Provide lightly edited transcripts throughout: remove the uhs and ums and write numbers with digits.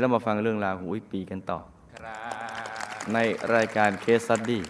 เรามาฟังเรื่องราวของอุ้ยปีกันต่อในรายการเคสสตั๊ดดี้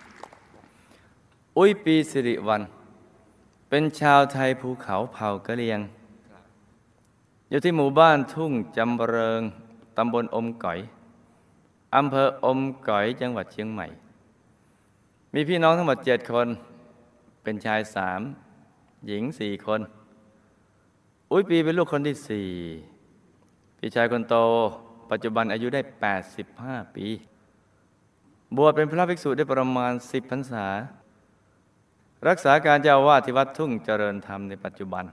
อุ้ยปีสิริวัลย์เป็นชาวไทยภูเขาเผ่ากะเหรี่ยงอยู่ที่หมู่บ้านทุ่งจำเริงตำบลอมก๋อยอำเภออมก๋อยจังหวัดเชียงใหม่มีพี่น้องทั้งหมด7 คนเป็นชาย3หญิง4 คนอุ้ยปีเป็นลูกคนที่4พี่ชายคนโตปัจจุบันอายุได้85 ปีบวชเป็นพระภิกษุได้ประมาณ10 พรรษารักษาการเจ้าอาวาสที่วัดทุ่งเจริญธรรมในปัจจุบัน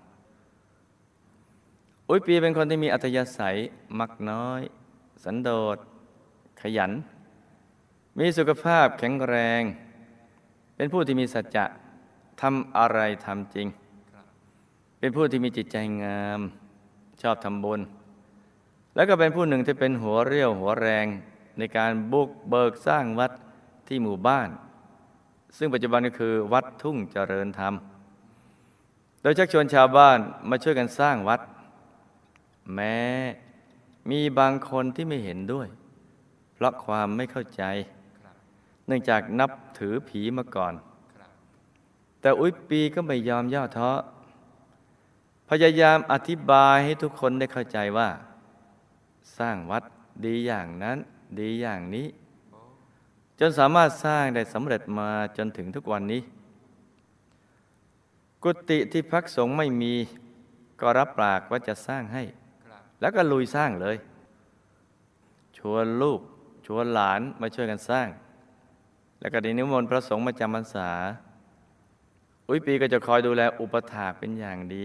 อุ้ยปีเป็นคนที่มีอัธยาศัยมักน้อยสันโดษขยันมีสุขภาพแข็งแรงเป็นผู้ที่มีสัจจะทำอะไรทำจริงเป็นผู้ที่มีจิตใจงามชอบทำบุญแล้วก็เป็นผู้หนึ่งที่เป็นหัวเรี่ยวหัวแรงในการบุกเบิกสร้างวัดที่หมู่บ้านซึ่งปัจจุบันก็คือวัดทุ่งเจริญธรรมโดยชักชวนชาวบ้านมาช่วยกันสร้างวัดแม้มีบางคนที่ไม่เห็นด้วยเพราะความไม่เข้าใจเนื่องจากนับถือผีมาก่อนแต่อุ้ยปีก็ไม่ยอมย่อท้อพยายามอธิบายให้ทุกคนได้เข้าใจว่าสร้างวัดดีอย่างนั้นดีอย่างนี้จนสามารถสร้างได้สำเร็จมาจนถึงทุกวันนี้กุฏิที่พักสงฆ์ไม่มีก็รับปากว่าจะสร้างให้แล้วก็ลุยสร้างเลยชวนลูกชวนหลานมาช่วยกันสร้างแล้วก็ได้นิมนต์พระสงฆ์มาจำพรรษาอุ้ยปีก็จะคอยดูแลอุปถากเป็นอย่างดี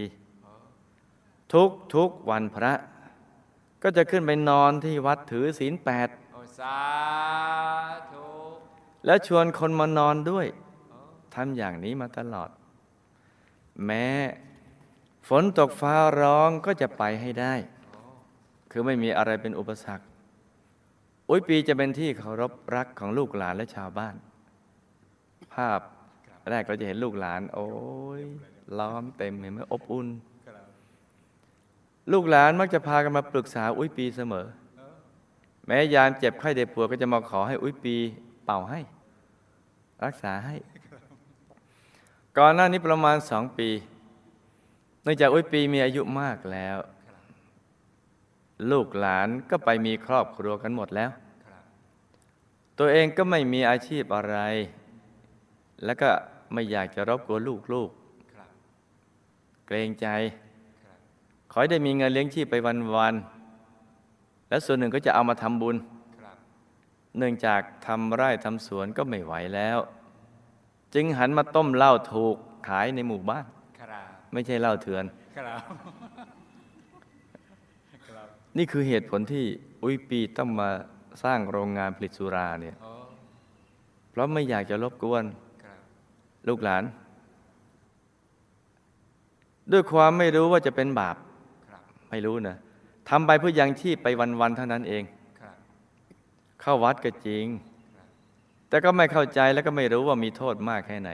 ทุกวันพระก็จะขึ้นไปนอนที่วัดถือศีล8 สาธุแล้วชวนคนมานอนด้วยทำอย่างนี้มาตลอดแม้ฝนตกฟ้าร้องก็จะไปให้ได้คือไม่มีอะไรเป็นอุปสรรคอุ้ยปีจะเป็นที่เคารพรักของลูกหลานและชาวบ้านภาพแรกเราจะเห็นลูกหลานโอ้ยล้อมเต็มเห็นไหมอบอุ่นลูกหลานมักจะพากันมาปรึกษาอุ้ยปีเสมอแม้ยามเจ็บไข้ได้ป่วยก็จะมาขอให้อุ้ยปีเป่าให้รักษาให้ก่อนหน้านี้ประมาณ2 ปีเนื่องจากอุ้ยปีมีอายุมากแล้วลูกหลานก็ไปมีครอบครัวกันหมดแล้วตัวเองก็ไม่มีอาชีพอะไรแล้วก็ไม่อยากจะรบกวนลูกเกรงใจขอให้ได้มีเงินเลี้ยงชีพไปวันๆและส่วนหนึ่งก็จะเอามาทำบุญเนื่องจากทำไร่ทำสวนก็ไม่ไหวแล้วจึงหันมาต้มเหล้าถูกขายในหมู่บ้านไม่ใช่เหล้าเถื่อนนี่คือเหตุผลที่อุ้ยปีต้องมาสร้างโรงงานผลิตสุราเนี่ยเพราะไม่อยากจะรบกวนลูกหลานด้วยความไม่รู้ว่าจะเป็นบาปไม่รู้นะทำไปเพื่อยังชีพไปวันๆเท่านั้นเองเข้าวัดก็จริงแต่ก็ไม่เข้าใจแล้วก็ไม่รู้ว่ามีโทษมากแค่ไหน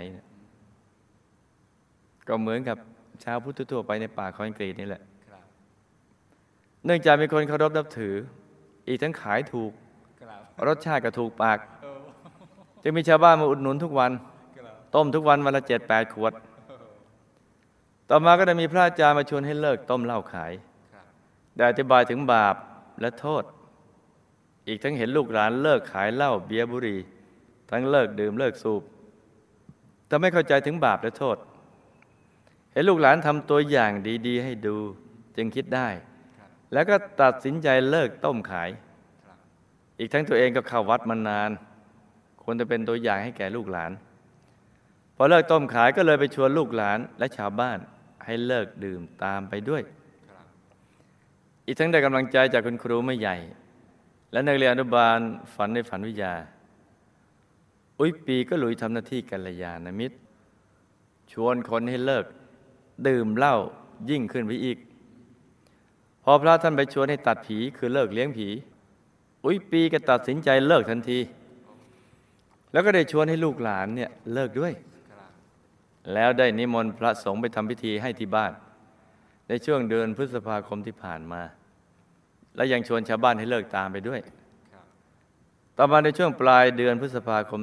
ก็เหมือนกับชาวพุทธทั่วไปในป่าคอนกรีตนี่แหละเนื่องจากมีคนเคารพนับถืออีกทั้งขายถูกรสชาติก็ถูกปากจึงมีชาวบ้านมาอุดหนุนทุกวันต้มทุกวันวันละ7-8 ขวดต่อมาก็ได้มีพระอาจารย์มาชวนให้เลิกต้มเหล้าขายได้อธิบายถึงบาปและโทษอีกทั้งเห็นลูกหลานเลิกขายเหล้าเบียร์บุหรี่ทั้งเลิกดื่มเลิกสูบแต่ไม่เข้าใจถึงบาปและโทษเห็นลูกหลานทำตัวอย่างดีๆให้ดูจึงคิดได้แล้วก็ตัดสินใจเลิกต้มขายอีกทั้งตัวเองก็เข้าวัดมานานควรจะเป็นตัวอย่างให้แก่ลูกหลานพอเลิกต้มขายก็เลยไปชวนลูกหลานและชาวบ้านให้เลิกดื่มตามไปด้วยอีกทั้งได้กำลังใจจากคุณครูไม่ใหญ่และนักเรียนอนุบาลฝันในฝันวิทยาอุ้ยปีก็ลุยทำหน้าที่กัลยาณมิตรชวนคนให้เลิกดื่มเหล้ายิ่งขึ้นไปอีกพอพระท่านไปชวนให้ตัดผีคือเลิกเลี้ยงผีอุ้ยปีก็ตัดสินใจเลิกทันทีแล้วก็ได้ชวนให้ลูกหลานเนี่ยเลิกด้วยแล้วได้นิมนต์พระสงฆ์ไปทำพิธีให้ที่บ้านในช่วงเดือนพฤษภาคมที่ผ่านมาและยังชวนชาวบ้านให้เลิกตามไปด้วยครับต่อมาในช่วงปลายเดือนพฤษภาคม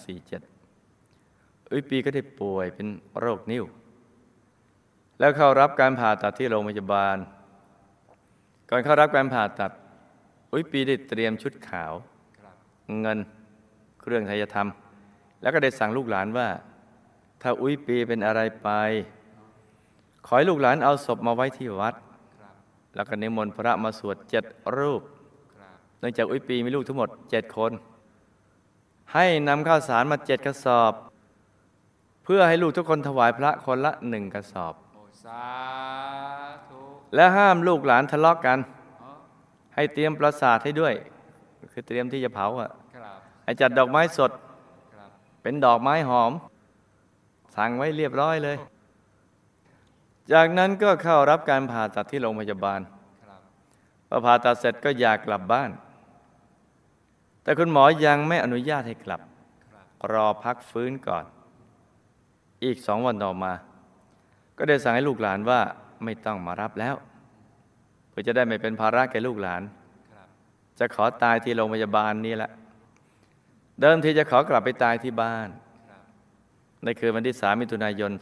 2547 อุ้ยปีก็ได้ป่วยเป็นโรคนิ่วแล้วเข้ารับการผ่าตัดที่โรงพยาบาล ก่อนเข้ารับการผ่าตัด อุ้ยปีได้เตรียมชุดขาวครับเงินเครื่องไทยธรรม แล้วก็ได้สั่งลูกหลานว่า ถ้าอุ้ยปีเป็นอะไรไปขอให้ลูกหลานเอาศพมาไว้ที่วัดครับแล้วก็นิมนต์พระมาสวด7 รูปครับเนื่องจากอุ้ยปีมีลูกทั้งหมด7 คน ให้นำข้าวสารมา7 กระสอบ เพื่อให้ลูกทุกคนถวายพระคนละ1 กระสอบโอสาธุและห้ามลูกหลานทะเลาะกันอ๋อให้เตรียมปราสาทให้ด้วย คือเตรียมที่จะเผาอ่ะครับให้จัดดอกไม้สดครับเป็นดอกไม้หอม สั่งไว้เรียบร้อยเลย จากนั้นก็เข้ารับการผ่าตัดที่โรงพยาบาลครับพอผ่าตัดเสร็จก็อยากกลับบ้าน แต่คุณหมอยังไม่อนุญาตให้กลับครับรอพักฟื้นก่อน อีก2 วันต่อมา ก็ได้สั่งให้ลูกหลานว่าไม่ต้องมารับแล้ว เพื่อจะได้ไม่เป็นภาระแก่ลูกหลานครับจะขอตายที่โรงพยาบาลนี่แหละ เดิมทีจะขอกลับไปตายที่บ้านครับในคืนวันที่ 3 มิถุนายน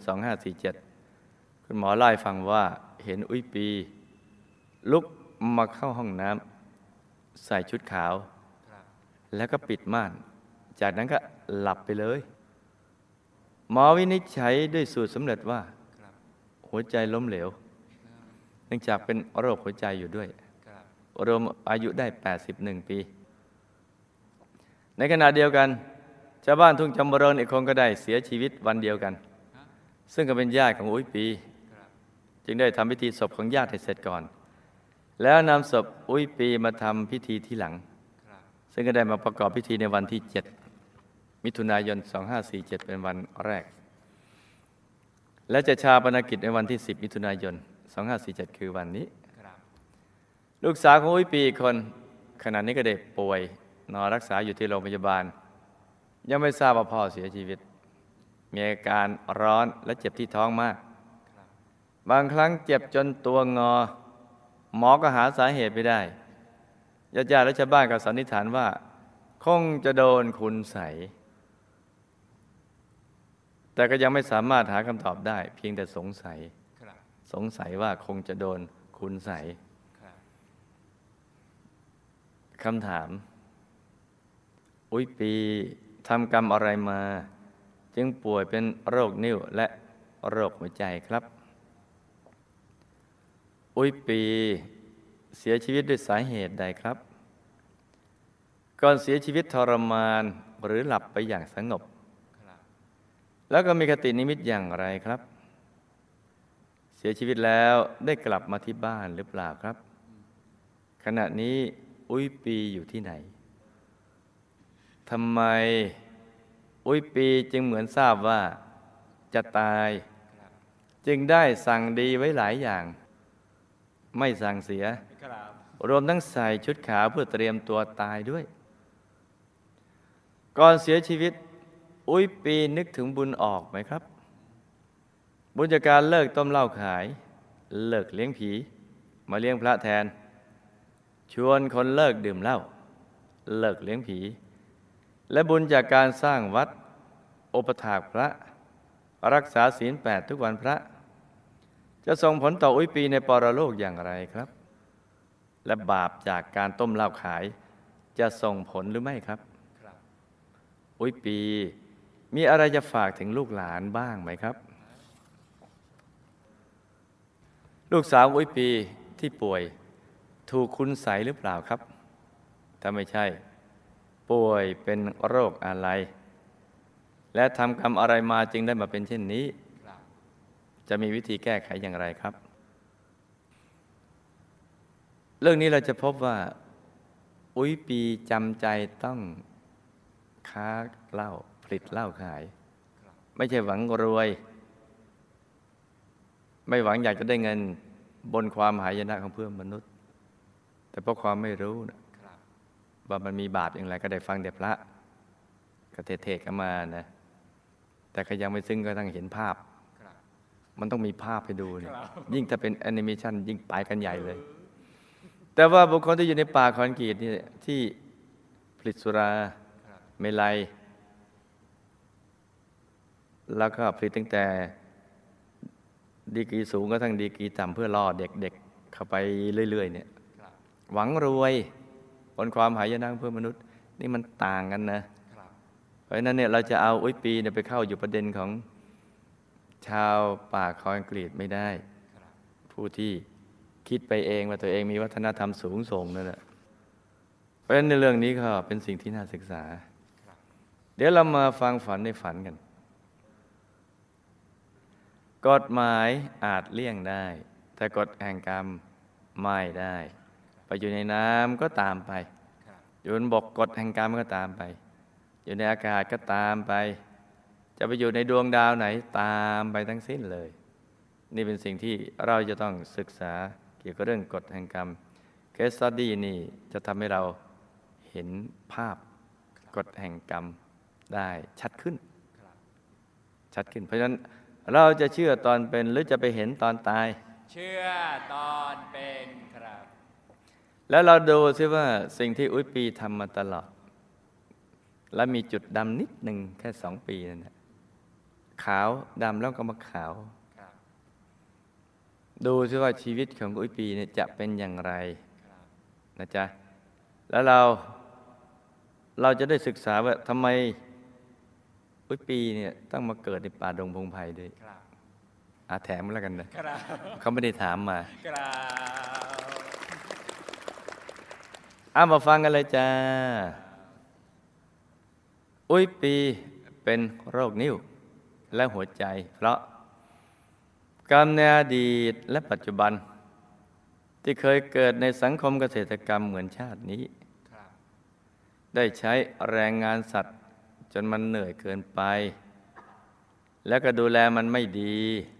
2547 คุณหมอเล่าให้ฟังว่าเห็นอุ้ยปี ลุกมาเข้าห้องน้ำใส่ชุดขาวครับแล้วก็ปิดม่าน จากนั้นก็หลับไปเลย หมอวินิจฉัยด้วยสูตรสำเร็จว่าครับหัวใจล้มเหลว เนื่องจากเป็นโรคหัวใจอยู่ด้วยครับรวมอายุได้ 81 ปี ในขณะเดียวกันชาวบ้านทุ่งจำเริญอีกคนก็ได้เสียชีวิตวันเดียวกันฮะซึ่งก็เป็นญาติของอุ้ยปีครับจึงได้ทำพิธีศพของญาติให้เสร็จก่อน แล้วนำศพอุ้ยปีมาทำพิธีที่หลังครับซึ่งก็ได้มาประกอบพิธีในวันที่ 7 มิถุนายน 2547 เป็นวันแรก และจะชาปนกิจในวันที่ 10 มิถุนายน 2547 คือวันนี้ครับลูกสาวของอุ้ยปีอีกคนขณะนี้ก็ได้ป่วยนอนรักษาอยู่ที่โรงพยาบาล ยังไม่ทราบว่าพ่อเสียชีวิต มีอาการร้อนและเจ็บที่ท้องมากครับบางครั้งเจ็บจนตัวงอ หมอก็หาสาเหตุไม่ได้ญาติๆและชาวบ้านก็สันนิษฐานว่า คงจะโดนคุณไสยแต่ก็ยังไม่สามารถหาคำตอบได้ เพียงแต่สงสัยครับสงสัยว่าคงจะโดนคุณไสยครับคำถาม อุ้ยปีทำกรรมอะไรมา จึงป่วยเป็นโรคนิ่วและโรคหัวใจครับ อุ้ยปีเสียชีวิตด้วยสาเหตุใดครับ ก่อนเสียชีวิตทรมานหรือหลับไปอย่างสงบครับแล้วก็มีคตินิมิตอย่างไรครับ เสียชีวิตแล้วได้กลับมาที่บ้านหรือเปล่าครับ ขณะนี้อุ้ยปีอยู่ที่ไหนทำไมอุ้ยปีจึงเหมือนทราบว่าจะตายครับจึงได้สั่งดีไว้หลายอย่าง ไม่สั่งเสียครับรวมทั้งใส่ชุดขาวเพื่อเตรียมตัวตายด้วย ก่อนเสียชีวิต อุ้ยปีนึกถึงบุญออกไหมครับ บุญจากการเลิกต้มเหล้าขาย เลิกเลี้ยงผี มาเลี้ยงพระแทน ชวนคนเลิกดื่มเหล้า เลิกเลี้ยงผี และบุญจากการสร้างวัดอุปถากพระ รักษาศีล 8 ทุกวันพระ จะส่งผลต่ออุ้ยปีในปรโลกอย่างไรครับ และบาปจากการต้มเหล้าขาย จะส่งผลหรือไม่ครับครับอุ้ยปีมีอะไรจะฝากถึงลูกหลานบ้างไหมครับ ลูกสาวอุ้ยปีที่ป่วยถูกคุณไสยหรือเปล่าครับ ถ้าไม่ใช่ป่วยเป็นโรคอะไร และทำกรรมอะไรมาจึงได้มาเป็นเช่นนี้ครับจะมีวิธีแก้ไขอย่างไรครับ เรื่องนี้เราจะพบว่า อุ้ยปีจำใจต้องค้าเหล้าผลิตเหล้าขายครับไม่ใช่หวังรวย ไม่หวังอยากจะได้เงินบนความหายนะของเพื่อนมนุษย์ แต่เพราะความไม่รู้นะครับ ว่ามันมีบาปอย่างไรก็ได้ฟังแต่พระก็เทศกันมานะ แต่ก็ยังไม่ซึ้งก็ต้องเห็นภาพครับมันต้องมีภาพให้ดูเนี่ยครับยิ่งถ้าเป็นแอนิเมชันยิ่งไปกันใหญ่เลยแต่ว่าบุคคลที่อยู่ในป่าคอนกรีตนี่ที่ผลิตสุราเมลัยแล้วก็ผลิตตั้งแต่ดีกรีสูงก็ทั้งดีกรีต่ำเพื่อล่อเด็กๆเข้าไปเรื่อยๆเนี่ยหวังรวยบนความหายนะเพื่อมนุษย์นี่มันต่างกันนะเพราะฉะนั้นเนี่ยเราจะเอาอุ้ยปีเนี่ยไปเข้าอยู่ประเด็นของชาวป่าคอนกรีตไม่ได้ผู้ที่คิดไปเองว่าตัวเองมีวัฒนธรรมสูงส่งนั่นแหละเพราะฉะนั้นในเรื่องนี้ก็เป็นสิ่งที่น่าศึกษาเดี๋ยวเรามาฟังฝันในฝันกันกฎหมายอาจเลี่ยงได้แต่กฎแห่งกรรมไม่ได้ไปอยู่ในน้ำก็ตามไปอยู่บนบกกฎแห่งกรรมก็ตามไปอยู่ในอากาศก็ตามไปจะไปอยู่ในดวงดาวไหนตามไปทั้งสิ้นเลยนี่เป็นสิ่งที่เราจะต้องศึกษาเกี่ยวกับเรื่องกฎแห่งกรรมเคสสตัดดี้นี่จะทำให้เราเห็นภาพกฎแห่งกรรมได้ชัดขึ้นเพราะฉะนั้นเราจะเชื่อตอนเป็นหรือจะไปเห็นตอนตายเชื่อตอนเป็นครับแล้วเราดูซิว่าสิ่งที่อุ้ยปีทำมาตลอดและมีจุดดำนิดหนึ่งแค่2 ปีนั่นแหละขาวดำแล้วก็มาขาวดูซิว่าชีวิตของอุ้ยปีเนี่ยจะเป็นอย่างไรนะจ๊ะแล้วเราจะได้ศึกษาว่าทำไมอุ้ยปีเนี่ยต้องมาเกิดในป่าดงพงไพ่ด้วยแถมแล้วกันนะเขาไม่ได้ถามมามาฟังกันเลยจ้าอุ้ยปีเป็นโรคนิ่วและหัวใจเพราะกรรมในอดีตและปัจจุบันที่เคยเกิดในสังคมเกษตรกรรมเหมือนชาตินี้ได้ใช้แรงงานสัตว์จนมันเหนื่อยเกินไปแล้วก็ดูแลมันไม่ดี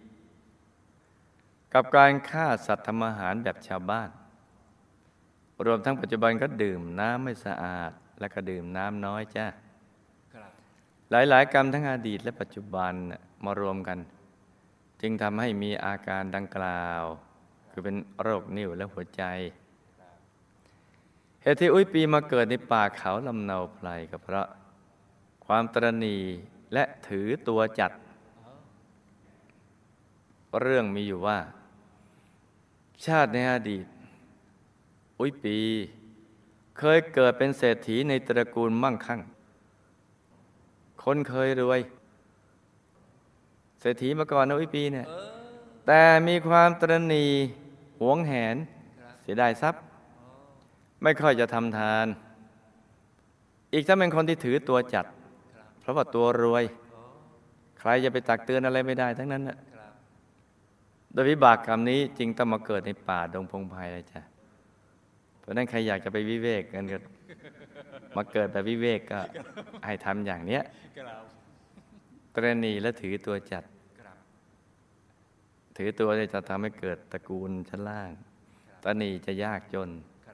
กับการฆ่าสัตว์ทำอาหารแบบชาวบ้านรวมทั้งปัจจุบันก็ดื่มน้ำไม่สะอาดและก็ดื่มน้ำน้อยจ้าหลายกรรมทั้งอดีตและปัจจุบันมารวมกันจึงทำให้มีอาการดังกล่าวคือเป็นโรคนิ่วและหัวใจเหตุที่อุ้ยปีมาเกิดในป่าเขาลำเนาไพรก็เพราะความตระหนี่และถือตัวจัดเรื่องมีอยู่ว่าชาติในอดีตอุ้ยปีเคยเกิดเป็นเศรษฐีในตระกูลมั่งคั่งคนเคยรวยเศรษฐีมาก่อนนะอุ้ยปีเนี่ยแต่มีความตระหนี่หวงแหนเสียดายทรัพย์ไม่ค่อยจะทำทานอีกถ้าเป็นคนที่ถือตัวจัดเพราะว่าตัวรวยใครจะไปตักเตือนอะไรไม่ได้ทั้งนั้นน่ะโดยวิบากกรรมนี้จึงต้องมาเกิดในป่าดงพงไพ่เลยจ้ะเพราะนั้นใครอยากจะไปวิเวกกันก็มาเกิดแบบวิเวกก็ให้ทำอย่างเนี้ยตระหนี่และถือตัวจัดถือตัวจะทำให้เกิดตระกูลชั้นล่างตระหนี่จะยากจน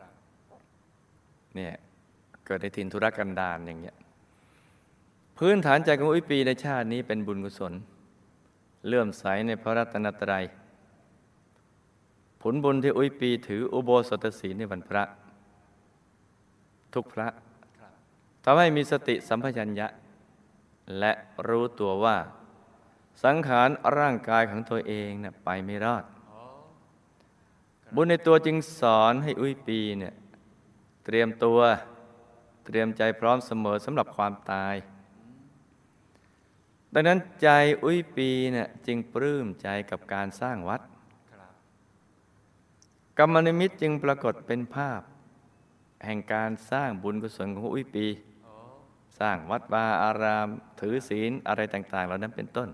เนี่ยเกิดในถิ่นทุรกันดารอย่างเงี้ยพื้นฐานใจของอุ้ยปีในชาตินี้เป็นบุญกุศลเลื่อมใสในพระรัตนตรัยผลบุญที่อุ้ยปีถืออุโบสถศีลในวันพระทุกพระทำให้มีสติสัมปชัญญะและรู้ตัวว่าสังขารร่างกายของตัวเองเนี่ยไปไม่รอดบุญในตัวจึงสอนให้อุ้ยปีเนี่ยเตรียมตัวเตรียมใจพร้อมเสมอสำหรับความตายดังนั้นใจอุ้ยปีเนี่ยจึงปลื้มใจกับการสร้างวัดกรรมนิมิตจึงปรากฏเป็นภาพแห่งการสร้างบุญกุศลของอุ้ยปีสร้างวัดวาอารามถือศีลอะไรต่างๆเหล่านั้นเป็นต้น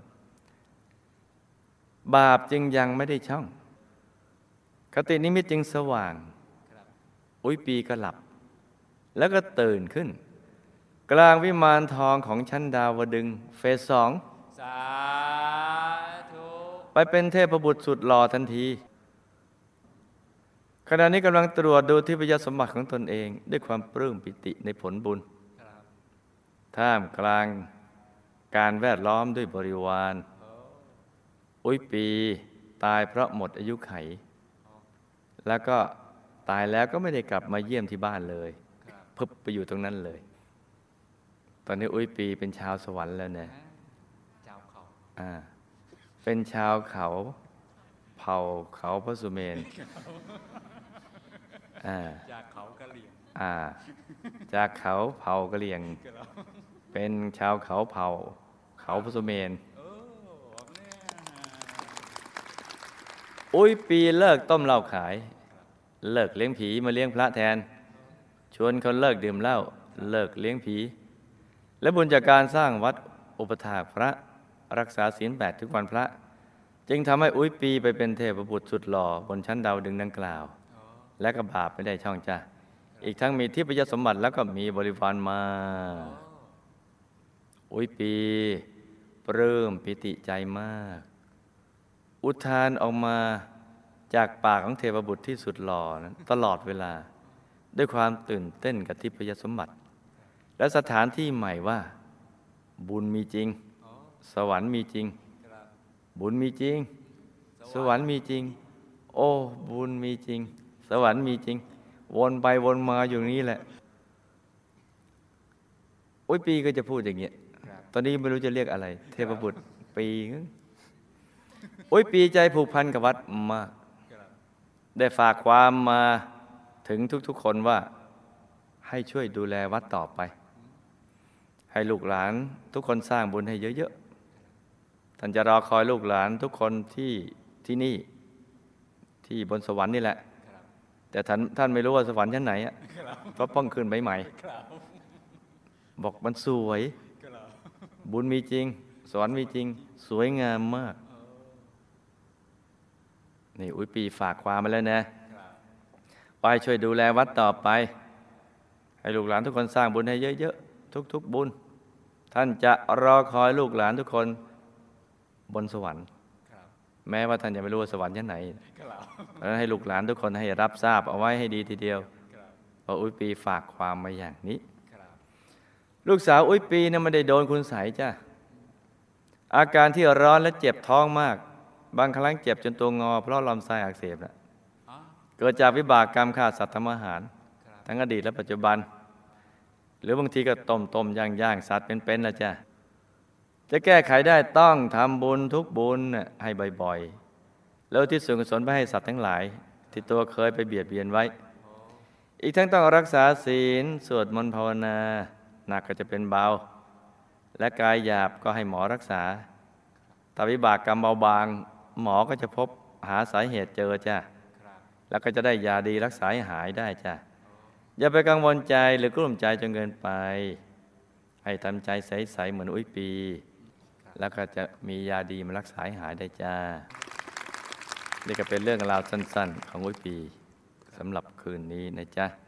บาปจึงยังไม่ได้ช่องคตินิมิตจึงสว่างอุ้ยปีก็หลับแล้วก็ตื่นขึ้นกลางวิมานทองของชั้นดาวดึงส์เฟส 2 สาธุไปเป็นเทพบุตรสุดหล่อทันทีขณะนี้กำลังตรวจดูทิพยสมบัติของตนเองด้วยความปลื้มปิติในผลบุญท่ามกลางการแวดล้อมด้วยบริวารอุ้ยปีตายเพราะหมดอายุไขแล้วก็ตายแล้วก็ไม่ได้กลับมาเยี่ยมที่บ้านเลยครับพึบไปอยู่ตรงนั้นเลย ตอนนี้อุ้ยปีเป็นชาวสวรรค์แล้วนะเจ้าเขาเป็นชาวเขาเผ่าเขาพระสุเมนจากเขากะเหรี่ยงจากเขาเผ่ากะเหรี่ยงครับเป็นชาวเขาเผ่าเขาพระสุเมนโอ้เนี่ยอุ้ยปีเลิกต้มเหล้าขาย เลิกเลี้ยงผีมาเลี้ยงพระแทน ชวนคนเลิกดื่มเหล้าเลิกเลี้ยงผี และบุญจากการสร้างวัดอุปถากพระรักษาศีล 8ทุกวันพระ จึงทำให้อุ้ยปีไปเป็นเทพบุตรสุดหล่อบนชั้นดาวดึงดังกล่าว และก็บาปไม่ได้ช่องจ้ะอีกทั้งมีทิพยสมบัติแล้วก็มีบริวารมา อุ้ยปีปลื้มปิติใจมาก อุทานออกมาจากปากของเทพบุตรที่สุดหล่อนั้นตลอดเวลาด้วยความตื่นเต้นกับทิพยสมบัติ และสถานที่ใหม่ว่า บุญมีจริง สวรรค์มีจริงครับบุญมีจริง สวรรค์มีจริง โอ้บุญมีจริง สวรรค์มีจริง วนไปวนมาอยู่นี้แหละอุ้ยปีก็จะพูดอย่างเงี้ยครับตอนนี้ไม่รู้จะเรียกอะไร เทพบุตรปีอุ้ยปีใจผูกพันกับวัดมากครับได้ฝากความมาถึงทุกๆคนว่าให้ช่วยดูแลวัดต่อไป ให้ลูกหลานทุกคนสร้างบุญให้เยอะๆท่านจะรอคอยลูกหลานทุกคนที่นี่ที่บนสวรรค์นี่แหละครับแต่ท่านไม่รู้ว่าสวรรค์ชั้นไหนอะครับเพราะเพิ่งขึ้นไปใหม่ครับบอกมันสวยครับบุญมีจริง สวรรค์มีจริง สวยงามมาก นี่อุ้ยปีฝากความมาแล้วนะครับไปช่วยดูแลวัดต่อไป ให้ลูกหลานทุกคนสร้างบุญให้เยอะๆทุกๆบุญ ท่านจะรอคอยลูกหลานทุกคนบนสวรรค์ครับแม้ว่าท่านจะไม่รู้ว่าสวรรค์ชั้นไหนครับเพราะฉะนั้นให้ลูกหลานทุกคนให้รับทราบเอาไว้ให้ดีทีเดียวครับว่าอุ้ยปีฝากความมาอย่างนี้ครับลูกสาวอุ้ยปีเนี่ยไม่ได้โดนคุณไสยจ้ะอาการที่ร้อนและเจ็บท้องมาก บางครั้งเจ็บจนตัวงอเพราะลำไส้อักเสบนะอ๋อเกิดจากวิบากกรรมฆ่าสัตว์ทำอาหารครับทั้งอดีตและปัจจุบัน หรือบางทีก็ต้มย่างสัตว์เป็นๆนะจ๊ะจะแก้ไขได้ต้องทำบุญทุกบุญน่ะให้บ่อยๆแล้วที่ส่วนกุศลไปให้สัตว์ทั้งหลาย ที่ตัวเคยไปเบียดเบียนไว้ อีกทั้งต้องรักษาศีลสวดมนต์ภาวนาหนักก็จะเป็นเบา และกายหยาบก็ให้หมอรักษาถ้าวิบากกรรมเบาบาง หมอก็จะพบหาสาเหตุเจอจ้ะครับแล้วก็จะได้ยาดีรักษาให้หายได้จ้ะอย่าไปกังวลใจหรือกลุ้มใจจนเกินไป ให้ทำใจใสๆเหมือนอุ้ยปี แล้วก็จะมียาดีมารักษาให้หายได้จ้านี่ก็เป็นเรื่องราวสั้นๆ ของอุ้ยปีสำหรับคืนนี้นะจ๊ะ